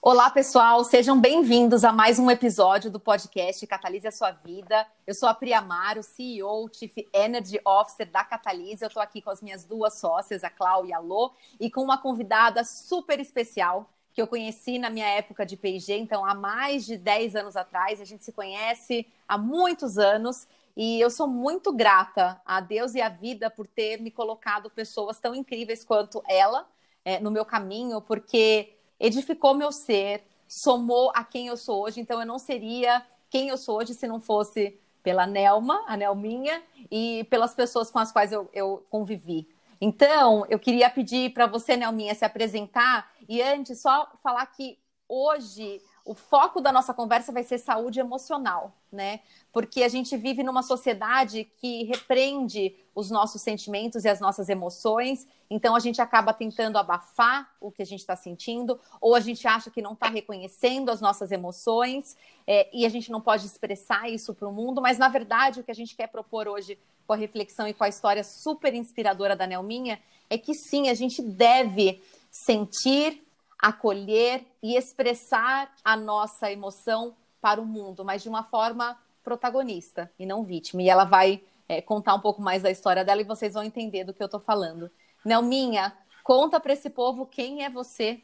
Olá, pessoal, sejam bem-vindos a mais um episódio do podcast Catalise a Sua Vida. Eu sou a Pri Amaro, CEO, Chief Energy Officer da Catalise. Eu estou aqui com as minhas duas sócias, a Clau e a Lô, e com uma convidada super especial que eu conheci na minha época de P&G, então há mais de 10 anos atrás. A gente se conhece há muitos anos e eu sou muito grata a Deus e à vida por ter me colocado pessoas tão incríveis quanto ela no meu caminho, porque edificou meu ser, somou a quem eu sou hoje. Então eu não seria quem eu sou hoje se não fosse pela Nelma, a Nelminha, e pelas pessoas com as quais eu convivi. Então, eu queria pedir para você, Nelminha, se apresentar e antes só falar que hoje o foco da nossa conversa vai ser saúde emocional, né? Porque a gente vive numa sociedade que repreende os nossos sentimentos e as nossas emoções, então a gente acaba tentando abafar o que a gente está sentindo, ou a gente acha que não está reconhecendo as nossas emoções, e a gente não pode expressar isso para o mundo, mas na verdade o que a gente quer propor hoje com a reflexão e com a história super inspiradora da Nelminha é que sim, a gente deve sentir, acolher e expressar a nossa emoção para o mundo, mas de uma forma protagonista e não vítima. E ela vai contar um pouco mais da história dela e vocês vão entender do que eu estou falando. Nelminha, conta para esse povo quem é você.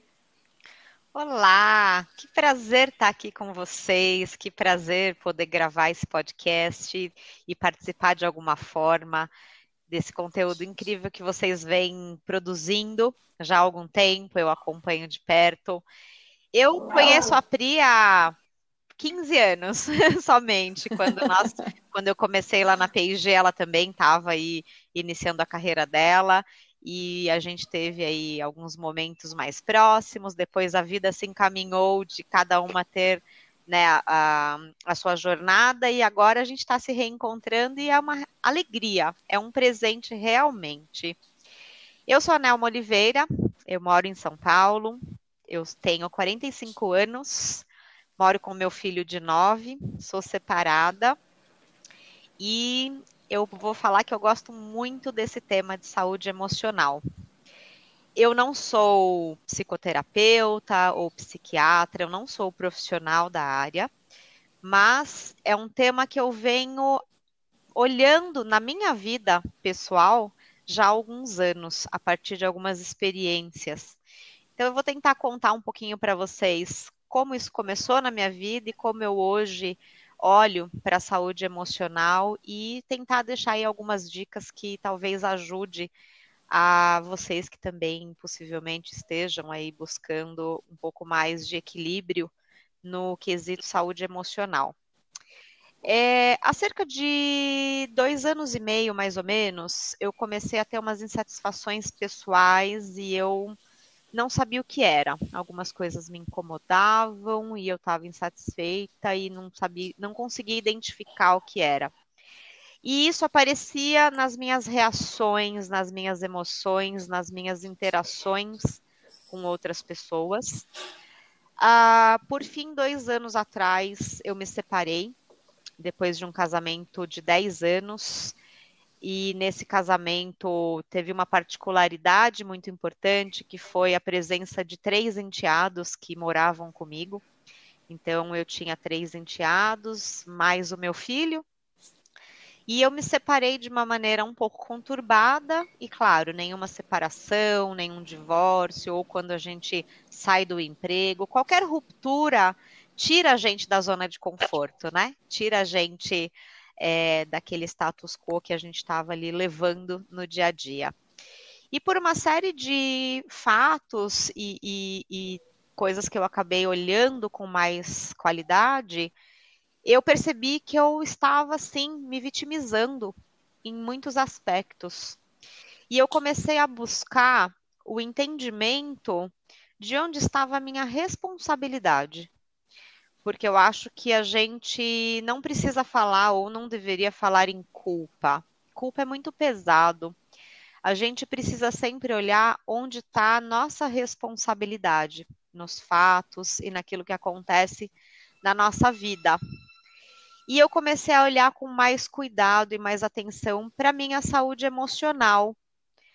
Olá, que prazer estar aqui com vocês, que prazer poder gravar esse podcast e participar de alguma forma desse conteúdo incrível que vocês vêm produzindo já há algum tempo, eu acompanho de perto. Eu conheço a Pri há 15 anos somente, quando eu comecei lá na P&G, ela também estava aí iniciando a carreira dela, e a gente teve aí alguns momentos mais próximos, depois a vida se encaminhou de cada uma ter, né, a sua jornada, e agora a gente está se reencontrando e é uma alegria, é um presente realmente. Eu sou a Nelma Oliveira, eu moro em São Paulo, eu tenho 45 anos, moro com meu filho de 9, sou separada e eu vou falar que eu gosto muito desse tema de saúde emocional. Eu não sou psicoterapeuta ou psiquiatra, eu não sou profissional da área, mas é um tema que eu venho olhando na minha vida pessoal já há alguns anos, a partir de algumas experiências. Então, eu vou tentar contar um pouquinho para vocês como isso começou na minha vida e como eu hoje olho para a saúde emocional e tentar deixar aí algumas dicas que talvez ajude a vocês que também possivelmente estejam aí buscando um pouco mais de equilíbrio no quesito saúde emocional. Há cerca de 2 anos e meio, mais ou menos, eu comecei a ter umas insatisfações pessoais e eu não sabia o que era. Algumas coisas me incomodavam e eu estava insatisfeita e não sabia, não conseguia identificar o que era. E isso aparecia nas minhas reações, nas minhas emoções, nas minhas interações com outras pessoas. Por fim, 2 anos atrás, eu me separei, depois de um casamento de 10 anos. E nesse casamento teve uma particularidade muito importante, que foi a presença de 3 enteados que moravam comigo. Então, eu tinha 3 enteados, mais o meu filho. E eu me separei de uma maneira um pouco conturbada, e claro, nenhuma separação, nenhum divórcio, ou quando a gente sai do emprego, qualquer ruptura tira a gente da zona de conforto, né? Tira a gente daquele status quo que a gente estava ali levando no dia a dia. E por uma série de fatos e coisas que eu acabei olhando com mais qualidade, eu percebi que eu estava, sim, me vitimizando em muitos aspectos. E eu comecei a buscar o entendimento de onde estava a minha responsabilidade. Porque eu acho que a gente não precisa falar ou não deveria falar em culpa. Culpa é muito pesado. A gente precisa sempre olhar onde está a nossa responsabilidade, nos fatos e naquilo que acontece na nossa vida. E eu comecei a olhar com mais cuidado e mais atenção para a minha saúde emocional.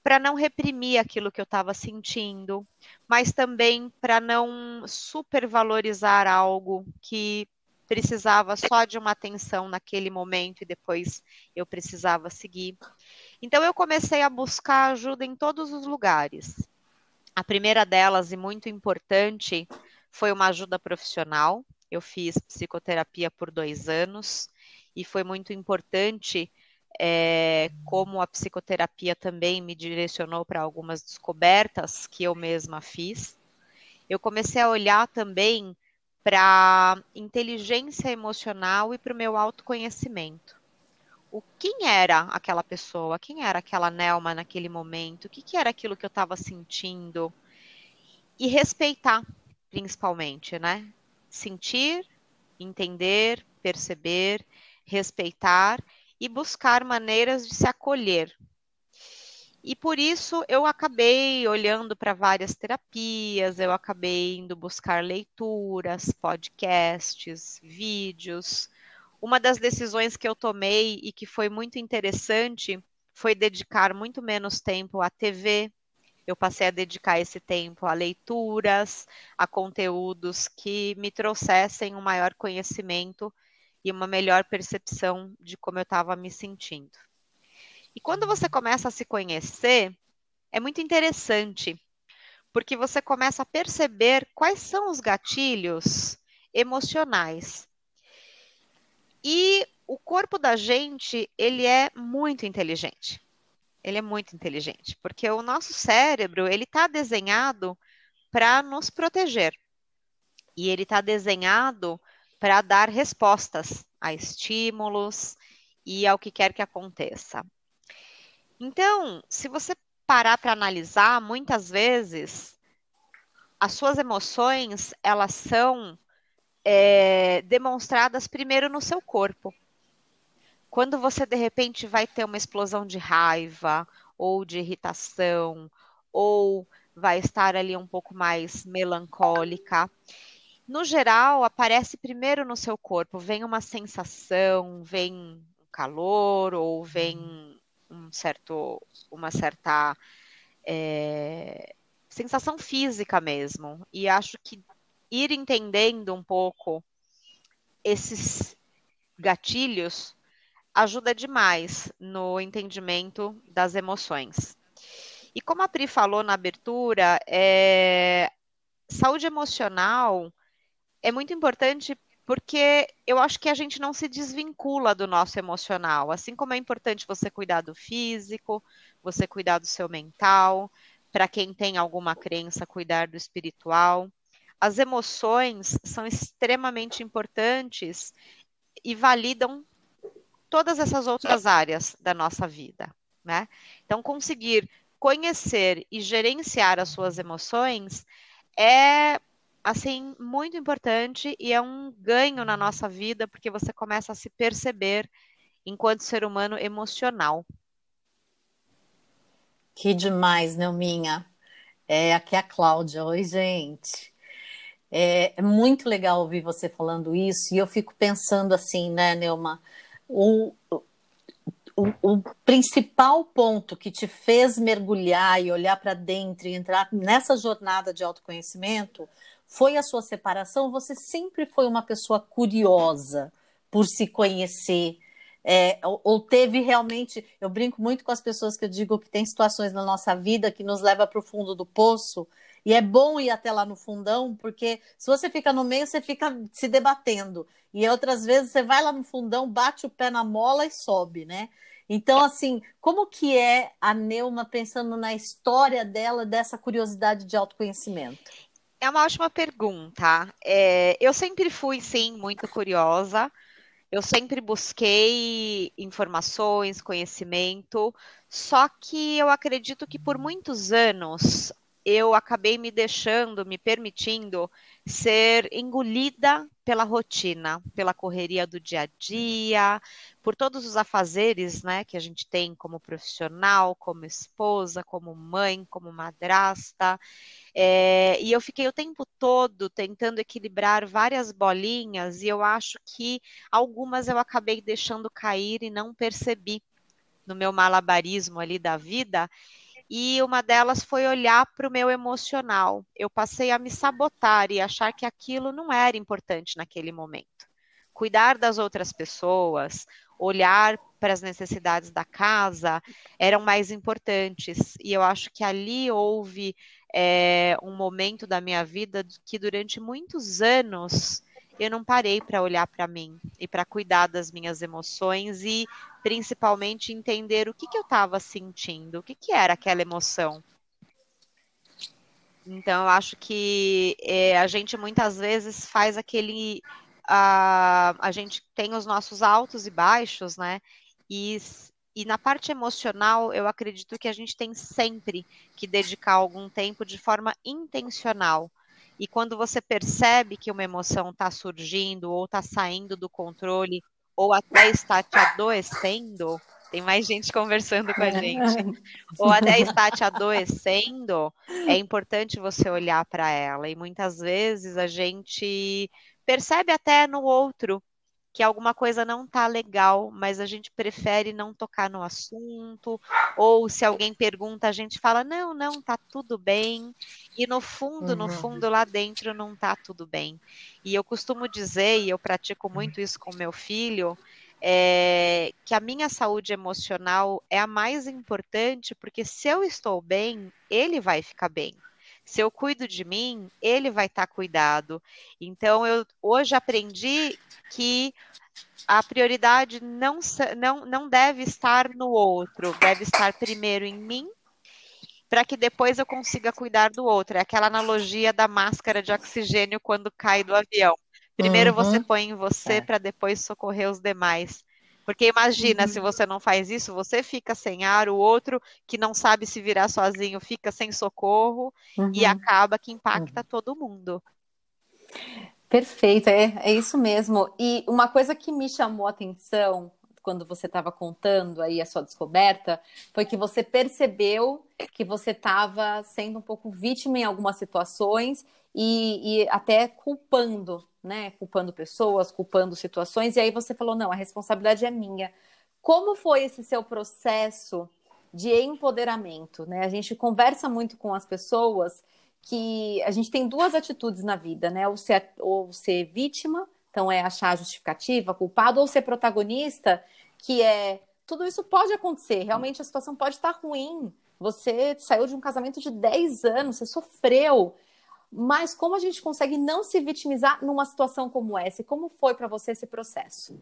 para não reprimir aquilo que eu estava sentindo, mas também para não supervalorizar algo que precisava só de uma atenção naquele momento e depois eu precisava seguir. Então eu comecei a buscar ajuda em todos os lugares. A primeira delas, e muito importante, foi uma ajuda profissional. Eu fiz psicoterapia por 2 anos e foi muito importante como a psicoterapia também me direcionou para algumas descobertas que eu mesma fiz. Eu comecei a olhar também para inteligência emocional e para o meu autoconhecimento. Quem era aquela pessoa? Quem era aquela Nelma naquele momento? O que era aquilo que eu estava sentindo? E respeitar, principalmente, né? Sentir, entender, perceber, respeitar e buscar maneiras de se acolher. E por isso eu acabei olhando para várias terapias, eu acabei indo buscar leituras, podcasts, vídeos. Uma das decisões que eu tomei e que foi muito interessante foi dedicar muito menos tempo à TV. Eu passei a dedicar esse tempo a leituras, a conteúdos que me trouxessem um maior conhecimento e uma melhor percepção de como eu estava me sentindo. E quando você começa a se conhecer, é muito interessante, porque você começa a perceber quais são os gatilhos emocionais. E o corpo da gente, ele é muito inteligente. Ele é muito inteligente, porque o nosso cérebro, ele está desenhado para nos proteger. E ele está desenhado para dar respostas a estímulos e ao que quer que aconteça. Então, se você parar para analisar, muitas vezes as suas emoções, elas são demonstradas primeiro no seu corpo. Quando você, de repente, vai ter uma explosão de raiva, ou de irritação, ou vai estar ali um pouco mais melancólica, no geral, aparece primeiro no seu corpo, vem uma sensação, vem um calor, ou vem uma certa sensação física mesmo. E acho que ir entendendo um pouco esses gatilhos ajuda demais no entendimento das emoções. E como a Pri falou na abertura, saúde emocional é muito importante porque eu acho que a gente não se desvincula do nosso emocional. Assim como é importante você cuidar do físico, você cuidar do seu mental, para quem tem alguma crença, cuidar do espiritual. As emoções são extremamente importantes e validam todas essas outras áreas da nossa vida, né? Então, conseguir conhecer e gerenciar as suas emoções é, assim, muito importante e é um ganho na nossa vida, porque você começa a se perceber enquanto ser humano emocional. Que demais, Nelminha. Aqui é a Cláudia. Oi, gente. É muito legal ouvir você falando isso, e eu fico pensando assim, né, Nelma? O principal ponto que te fez mergulhar e olhar para dentro e entrar nessa jornada de autoconhecimento foi a sua separação. Você sempre foi uma pessoa curiosa por se conhecer. Ou teve realmente. Eu brinco muito com as pessoas que eu digo que tem situações na nossa vida que nos leva para o fundo do poço. E é bom ir até lá no fundão, porque se você fica no meio, você fica se debatendo. E outras vezes você vai lá no fundão, bate o pé na mola e sobe, né? Então, assim, como que é a Neuma pensando na história dela, dessa curiosidade de autoconhecimento? É uma ótima pergunta. Eu sempre fui, sim, muito curiosa. Eu sempre busquei informações, conhecimento, só que eu acredito que por muitos anos eu acabei me deixando, me permitindo ser engolida pela rotina, pela correria do dia a dia, por todos os afazeres, né, que a gente tem como profissional, como esposa, como mãe, como madrasta. E eu fiquei o tempo todo tentando equilibrar várias bolinhas e eu acho que algumas eu acabei deixando cair e não percebi no meu malabarismo ali da vida. e uma delas foi olhar para o meu emocional. Eu passei a me sabotar e achar que aquilo não era importante naquele momento. Cuidar das outras pessoas, olhar para as necessidades da casa eram mais importantes. E eu acho que ali houve um momento da minha vida que durante muitos anos eu não parei para olhar para mim e para cuidar das minhas emoções e principalmente entender o que eu estava sentindo, o que era aquela emoção. Então, eu acho que a gente muitas vezes faz aquele... a gente tem os nossos altos e baixos, né? E na parte emocional, eu acredito que a gente tem sempre que dedicar algum tempo de forma intencional. E quando você percebe que uma emoção está surgindo, ou está saindo do controle, ou até está te adoecendo, tem mais gente conversando com a gente, ou até está te adoecendo, é importante você olhar para ela. E muitas vezes a gente percebe até no outro que alguma coisa não tá legal, mas a gente prefere não tocar no assunto, ou se alguém pergunta, a gente fala, não, tá tudo bem, e no fundo, lá dentro não tá tudo bem. E eu costumo dizer, e eu pratico muito isso com meu filho, que a minha saúde emocional é a mais importante, porque se eu estou bem, ele vai ficar bem. Se eu cuido de mim, ele vai estar cuidado. Então, eu hoje aprendi que a prioridade não deve estar no outro, deve estar primeiro em mim, para que depois eu consiga cuidar do outro. É aquela analogia da máscara de oxigênio quando cai do avião. Primeiro você põe em você para depois socorrer os demais. Porque imagina, se você não faz isso, você fica sem ar, o outro que não sabe se virar sozinho fica sem socorro e acaba que impacta todo mundo. Perfeito, é isso mesmo. E uma coisa que me chamou a atenção quando você estava contando aí a sua descoberta foi que você percebeu que você estava sendo um pouco vítima em algumas situações e até culpando, né? Culpando pessoas, culpando situações. E aí você falou, não, a responsabilidade é minha. Como foi esse seu processo de empoderamento, né? A gente conversa muito com as pessoas que a gente tem duas atitudes na vida, né? Ou ser vítima, então é achar justificativa, culpado, ou ser protagonista, que é tudo isso pode acontecer, realmente a situação pode estar ruim. Você saiu de um casamento de 10 anos, você sofreu, mas como a gente consegue não se vitimizar numa situação como essa? E como foi para você esse processo?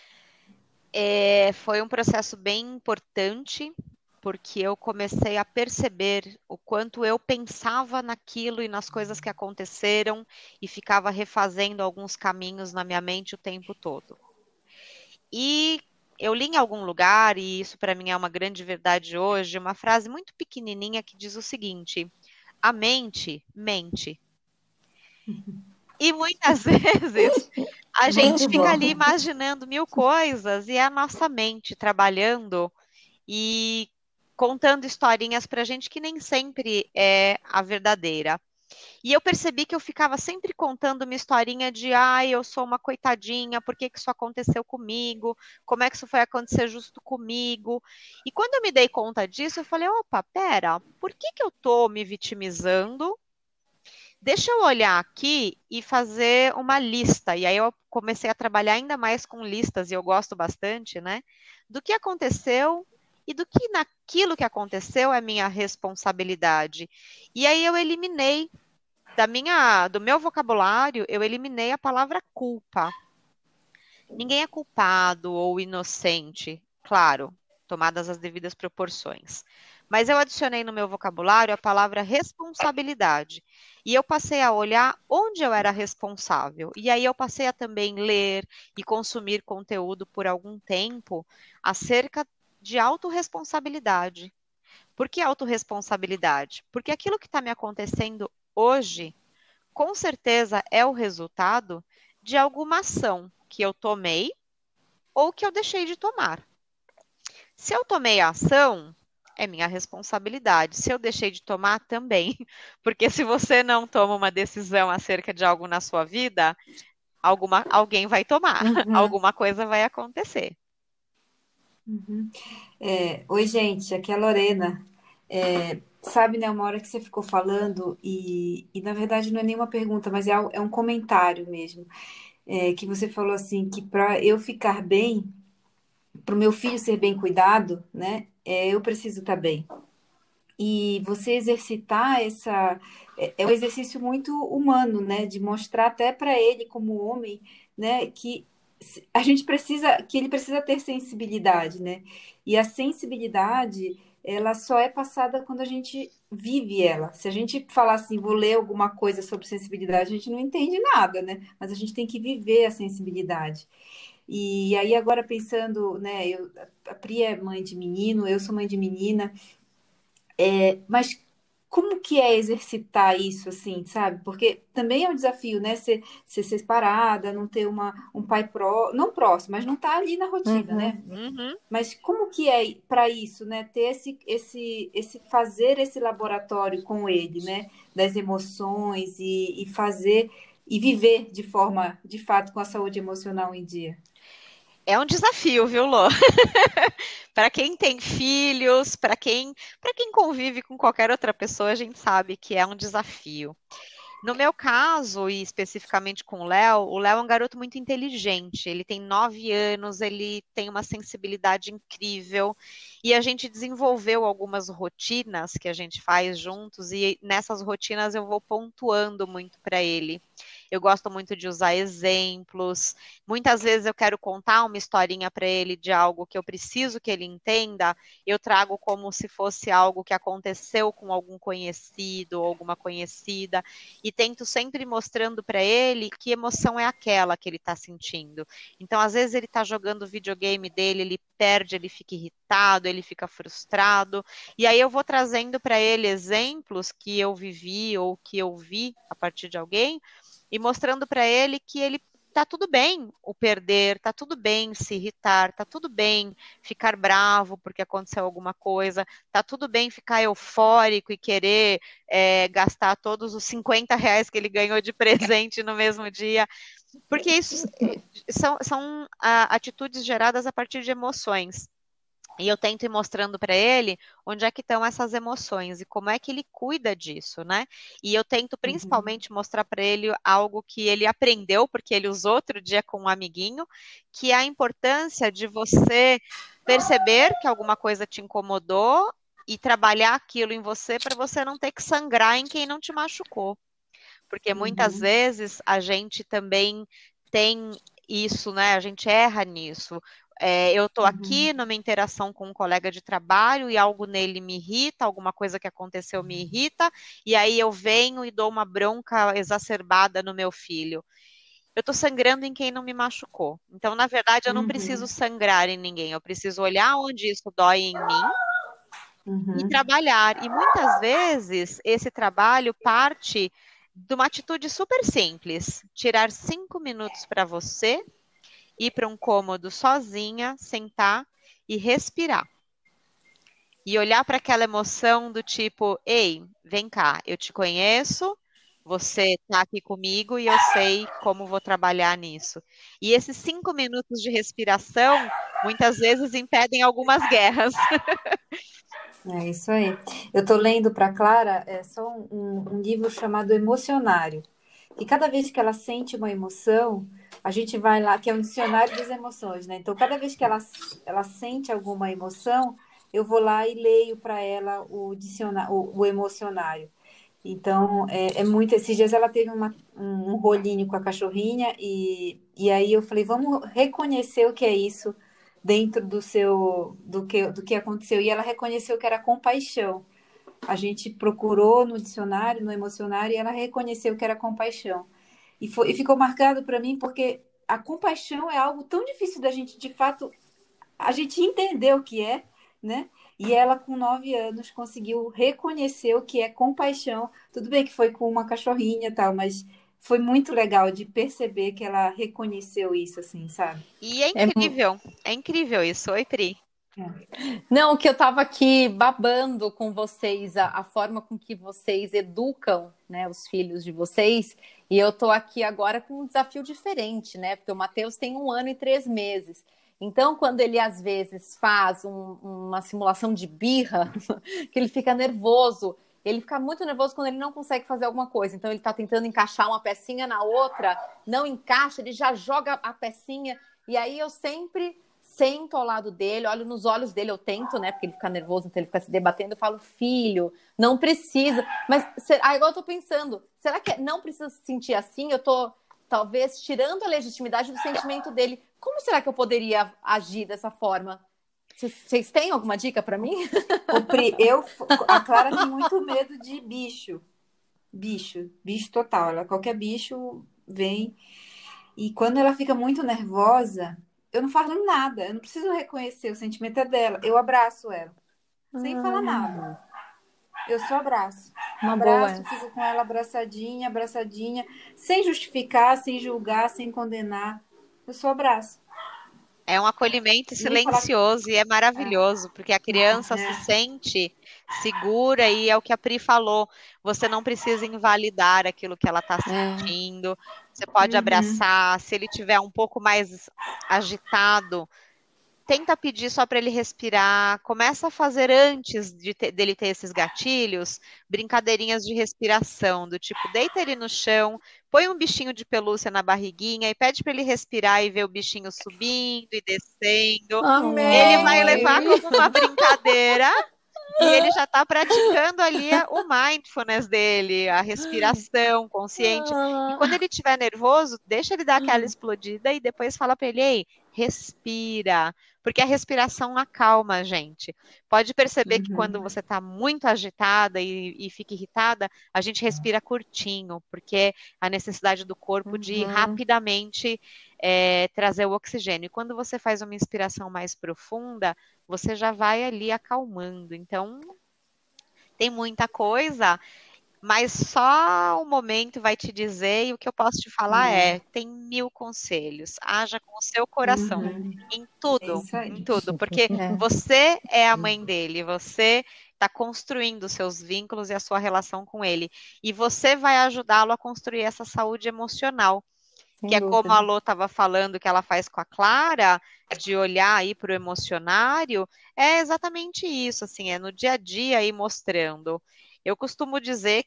Foi um processo bem importante, porque eu comecei a perceber o quanto eu pensava naquilo e nas coisas que aconteceram e ficava refazendo alguns caminhos na minha mente o tempo todo. E eu li em algum lugar, e isso para mim é uma grande verdade hoje, uma frase muito pequenininha que diz o seguinte: a mente mente. E muitas vezes a gente fica ali imaginando mil coisas e é a nossa mente trabalhando e contando historinhas pra gente que nem sempre é a verdadeira. E eu percebi que eu ficava sempre contando uma historinha de eu sou uma coitadinha, por que isso aconteceu comigo? Como é que isso foi acontecer justo comigo? E quando eu me dei conta disso, eu falei, opa, pera, por que eu tô me vitimizando? Deixa eu olhar aqui e fazer uma lista. E aí eu comecei a trabalhar ainda mais com listas, e eu gosto bastante, né? Do que aconteceu e do que naquilo que aconteceu é minha responsabilidade. E aí eu eliminei do meu vocabulário, eu eliminei a palavra culpa. Ninguém é culpado ou inocente, claro, tomadas as devidas proporções. Mas eu adicionei no meu vocabulário a palavra responsabilidade. E eu passei a olhar onde eu era responsável. E aí eu passei a também ler e consumir conteúdo por algum tempo acerca de autorresponsabilidade. Por que autorresponsabilidade? Porque aquilo que está me acontecendo hoje, com certeza é o resultado de alguma ação que eu tomei ou que eu deixei de tomar. Se eu tomei a ação, é minha responsabilidade. Se eu deixei de tomar, também. Porque se você não toma uma decisão acerca de algo na sua vida, alguém vai tomar. Alguma coisa vai acontecer. Oi, gente, aqui é a Lorena. Sabe, né, uma hora que você ficou falando, e na verdade não é nenhuma pergunta, mas é um comentário mesmo, que você falou assim, que para eu ficar bem, para o meu filho ser bem cuidado, né, eu preciso estar bem. E você exercitar é um exercício muito humano, né? De mostrar até para ele como homem, né? Que a gente precisa, que ele precisa ter sensibilidade, né? E a sensibilidade, ela só é passada quando a gente vive ela. Se a gente falar assim, vou ler alguma coisa sobre sensibilidade, a gente não entende nada, né? Mas a gente tem que viver a sensibilidade. E aí agora pensando, né? A Pri é mãe de menino, eu sou mãe de menina. Mas como que é exercitar isso, assim, sabe? Porque também é um desafio, né? Ser separada, não ter um pai não próximo, mas não estar ali na rotina, Uhum. né? Uhum. Mas como que é para isso, né? Ter esse fazer esse laboratório com ele, né? Das emoções e fazer e viver de forma, de fato, com a saúde emocional em dia. É um desafio, viu, Lô? Para quem tem filhos, para quem convive com qualquer outra pessoa, a gente sabe que é um desafio. No meu caso, e especificamente com o Léo é um garoto muito inteligente. Ele tem 9 anos, ele tem uma sensibilidade incrível. E a gente desenvolveu algumas rotinas que a gente faz juntos, e nessas rotinas eu vou pontuando muito para ele. Eu gosto muito de usar exemplos. Muitas vezes eu quero contar uma historinha para ele de algo que eu preciso que ele entenda. Eu trago como se fosse algo que aconteceu com algum conhecido ou alguma conhecida e tento sempre mostrando para ele que emoção é aquela que ele está sentindo. Então, às vezes ele está jogando o videogame dele, ele perde, ele fica irritado, ele fica frustrado, e aí eu vou trazendo para ele exemplos que eu vivi ou que eu vi a partir de alguém e mostrando para ele que ele tá tudo bem o perder, tá tudo bem se irritar, tá tudo bem ficar bravo porque aconteceu alguma coisa, tá tudo bem ficar eufórico e querer gastar todos os R$ 50 que ele ganhou de presente no mesmo dia, porque isso são atitudes geradas a partir de emoções. E eu tento ir mostrando para ele onde é que estão essas emoções e como é que ele cuida disso, né? E eu tento Uhum, principalmente mostrar para ele algo que ele aprendeu, porque ele usou outro dia com um amiguinho, que é a importância de você perceber que alguma coisa te incomodou e trabalhar aquilo em você para você não ter que sangrar em quem não te machucou. Porque muitas uhum, vezes a gente também tem isso, né? A gente erra nisso. Eu estou uhum, aqui numa interação com um colega de trabalho e algo nele me irrita, alguma coisa que aconteceu me irrita, e aí eu venho e dou uma bronca exacerbada no meu filho. Eu estou sangrando em quem não me machucou. Então, na verdade, eu não preciso uhum, sangrar em ninguém, eu preciso olhar onde isso dói em mim e uhum, trabalhar. E muitas vezes esse trabalho parte de uma atitude super simples: tirar 5 minutos para você, ir para um cômodo sozinha, sentar e respirar. E olhar para aquela emoção do tipo: ei, vem cá, eu te conheço, você está aqui comigo e eu sei como vou trabalhar nisso. E esses 5 minutos de respiração muitas vezes impedem algumas guerras. é isso aí. Eu estou lendo para Clara só um livro chamado Emocionário. E cada vez que ela sente uma emoção, a gente vai lá, que é um dicionário das emoções, né? Então, cada vez que ela sente alguma emoção, eu vou lá e leio para ela o dicionário, o emocionário. Então, é muito. Esses dias ela teve um rolinho com a cachorrinha, e aí eu falei, vamos reconhecer o que é isso dentro do que aconteceu. E ela reconheceu que era compaixão. A gente procurou no dicionário, no emocionário, e ela reconheceu que era compaixão. E ficou marcado para mim porque a compaixão é algo tão difícil da gente, de fato, a gente entender o que é, né? E ela, com 9 anos, conseguiu reconhecer o que é compaixão. Tudo bem que foi com uma cachorrinha e tal, mas foi muito legal de perceber que ela reconheceu isso, assim, sabe? E É, é incrível isso. Oi, Pri. não, que eu estava aqui babando com vocês, a forma com que vocês educam, né, os filhos de vocês, e eu estou aqui agora com um desafio diferente, né? Porque o Matheus tem 1 ano e 3 meses. Então, quando ele às vezes faz uma simulação de birra, que ele fica nervoso, ele fica muito nervoso quando ele não consegue fazer alguma coisa. Então, ele está tentando encaixar uma pecinha na outra, não encaixa, ele já joga a pecinha. E aí eu sempre sento ao lado dele, olho nos olhos dele, eu tento, né? Porque ele fica nervoso, então ele fica se debatendo. Eu falo, filho, não precisa. Mas agora eu tô pensando, será que não precisa se sentir assim? Eu tô, talvez, tirando a legitimidade do sentimento dele. Como será que eu poderia agir dessa forma? Vocês têm alguma dica para mim? A Clara tem muito medo de bicho. Bicho total. Qualquer bicho vem. E quando ela fica muito nervosa, eu não falo nada. Eu não preciso reconhecer, o sentimento é dela. Eu abraço ela, sem falar nada. Eu só abraço. Abraço, fico com ela abraçadinha, sem justificar, sem julgar, sem condenar. Eu só abraço. É um acolhimento silencioso e é maravilhoso, porque a criança se sente segura e é o que a Pri falou, você não precisa invalidar aquilo que ela está sentindo, você pode abraçar, se ele tiver um pouco mais agitado, tenta pedir só para ele respirar, começa a fazer antes dele ter esses gatilhos, brincadeirinhas de respiração, do tipo, deita ele no chão, põe um bichinho de pelúcia na barriguinha e pede para ele respirar e ver o bichinho subindo e descendo. Amém. Ele vai levar como uma brincadeira e ele já está praticando ali o mindfulness dele, a respiração consciente. E quando ele estiver nervoso, deixa ele dar aquela explodida e depois fala para ele, ei, respira, porque a respiração acalma a gente. Pode perceber que quando você está muito agitada e fica irritada, a gente respira curtinho, porque a necessidade do corpo de rapidamente trazer o oxigênio. E quando você faz uma inspiração mais profunda, você já vai ali acalmando. Então, tem muita coisa, mas só o momento vai te dizer, e o que eu posso te falar tem 1000 conselhos. Haja com o seu coração, em tudo, porque você é a mãe dele, você está construindo os seus vínculos e a sua relação com ele, e você vai ajudá-lo a construir essa saúde emocional, que é como a Lô estava falando que ela faz com a Clara, de olhar aí para o emocionário, é exatamente isso, assim, é no dia a dia aí mostrando. Eu costumo dizer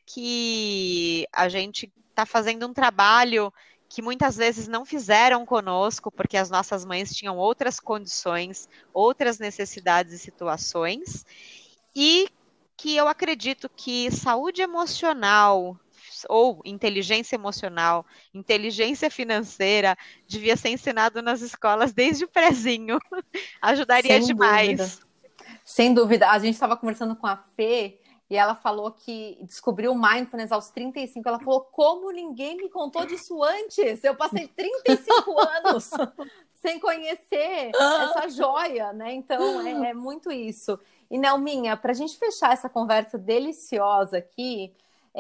que a gente está fazendo um trabalho que muitas vezes não fizeram conosco, porque as nossas mães tinham outras condições, outras necessidades e situações, e que eu acredito que saúde emocional ou inteligência emocional, inteligência financeira, devia ser ensinado nas escolas desde o prezinho. Ajudaria demais. Sem dúvida. A gente estava conversando com a Fê e ela falou que descobriu o mindfulness aos 35. Ela falou, como ninguém me contou disso antes? Eu passei 35 anos sem conhecer essa joia, né? Então, é muito isso. E, Nelminha, para a gente fechar essa conversa deliciosa aqui,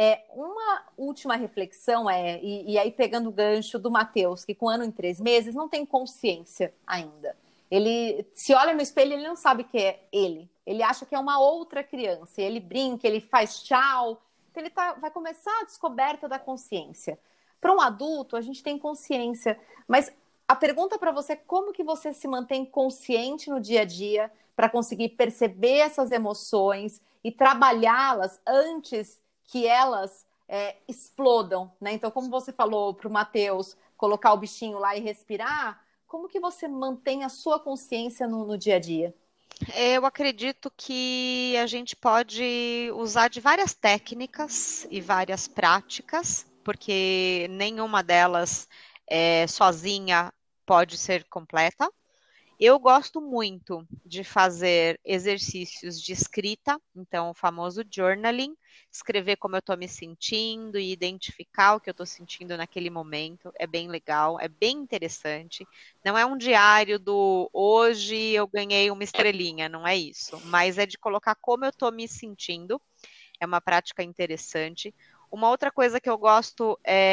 uma última reflexão e aí pegando o gancho do Matheus, que com 1 ano e 3 meses não tem consciência ainda. Ele se olha no espelho, ele não sabe que é ele. Ele acha que é uma outra criança. Ele brinca, ele faz tchau. Então ele vai começar a descoberta da consciência. Para um adulto, a gente tem consciência. Mas a pergunta para você é como que você se mantém consciente no dia a dia para conseguir perceber essas emoções e trabalhá-las antes que elas explodam, né? Então, como você falou para o Matheus, colocar o bichinho lá e respirar, como que você mantém a sua consciência no dia a dia? Eu acredito que a gente pode usar de várias técnicas e várias práticas, porque nenhuma delas sozinha pode ser completa. Eu gosto muito de fazer exercícios de escrita, então o famoso journaling, escrever como eu estou me sentindo e identificar o que eu estou sentindo naquele momento, é bem legal, é bem interessante. Não é um diário do hoje eu ganhei uma estrelinha, não é isso, mas é de colocar como eu estou me sentindo, é uma prática interessante. Uma outra coisa que eu gosto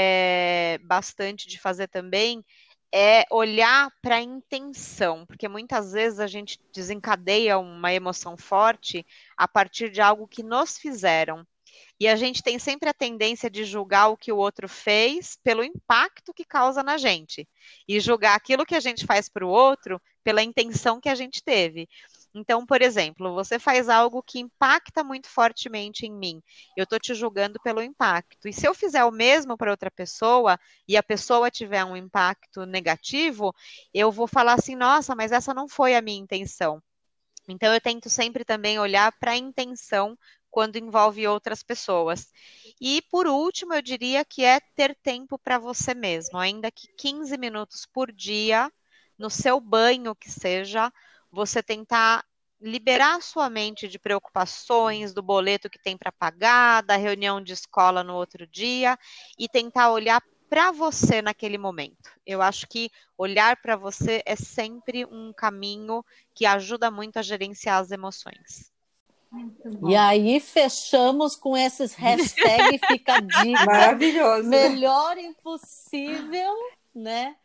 bastante de fazer também é olhar para a intenção, porque muitas vezes a gente desencadeia uma emoção forte a partir de algo que nos fizeram. E a gente tem sempre a tendência de julgar o que o outro fez pelo impacto que causa na gente. E julgar aquilo que a gente faz para o outro pela intenção que a gente teve. Então, por exemplo, você faz algo que impacta muito fortemente em mim. Eu estou te julgando pelo impacto. E se eu fizer o mesmo para outra pessoa e a pessoa tiver um impacto negativo, eu vou falar assim, nossa, mas essa não foi a minha intenção. Então, eu tento sempre também olhar para a intenção quando envolve outras pessoas. E, por último, eu diria que é ter tempo para você mesmo, ainda que 15 minutos por dia, no seu banho que seja, você tentar liberar a sua mente de preocupações, do boleto que tem para pagar, da reunião de escola no outro dia, e tentar olhar para você naquele momento. Eu acho que olhar para você é sempre um caminho que ajuda muito a gerenciar as emoções. E aí fechamos com esses hashtags, fica a dica. Maravilhoso. Melhor impossível, né?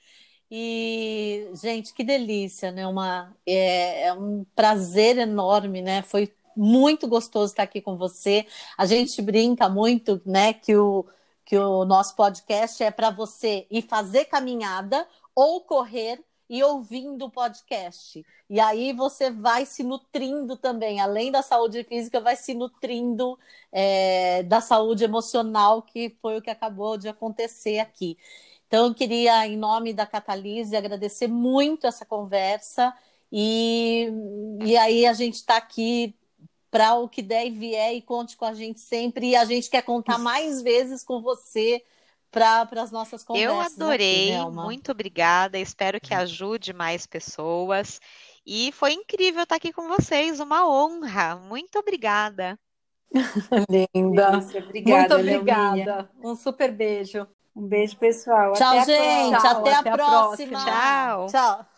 E, gente, que delícia, né? É um prazer enorme, né? Foi muito gostoso estar aqui com você. A gente brinca muito, né? Que o nosso podcast é para você ir fazer caminhada ou correr e ouvindo o podcast. E aí você vai se nutrindo também, além da saúde física, vai se nutrindo da saúde emocional, que foi o que acabou de acontecer aqui. Então, eu queria, em nome da Catalise, agradecer muito essa conversa e aí a gente está aqui para o que der e vier e conte com a gente sempre. E a gente quer contar mais vezes com você para as nossas conversas. Eu adorei, aqui, muito obrigada. Espero que ajude mais pessoas. E foi incrível estar aqui com vocês, uma honra. Muito obrigada. Linda. Delícia. Obrigada, Muito obrigada. Leomínia. Um super beijo. Um beijo, pessoal. Tchau, Até a gente. próxima. Até a Até a próxima. próxima. Tchau. Tchau.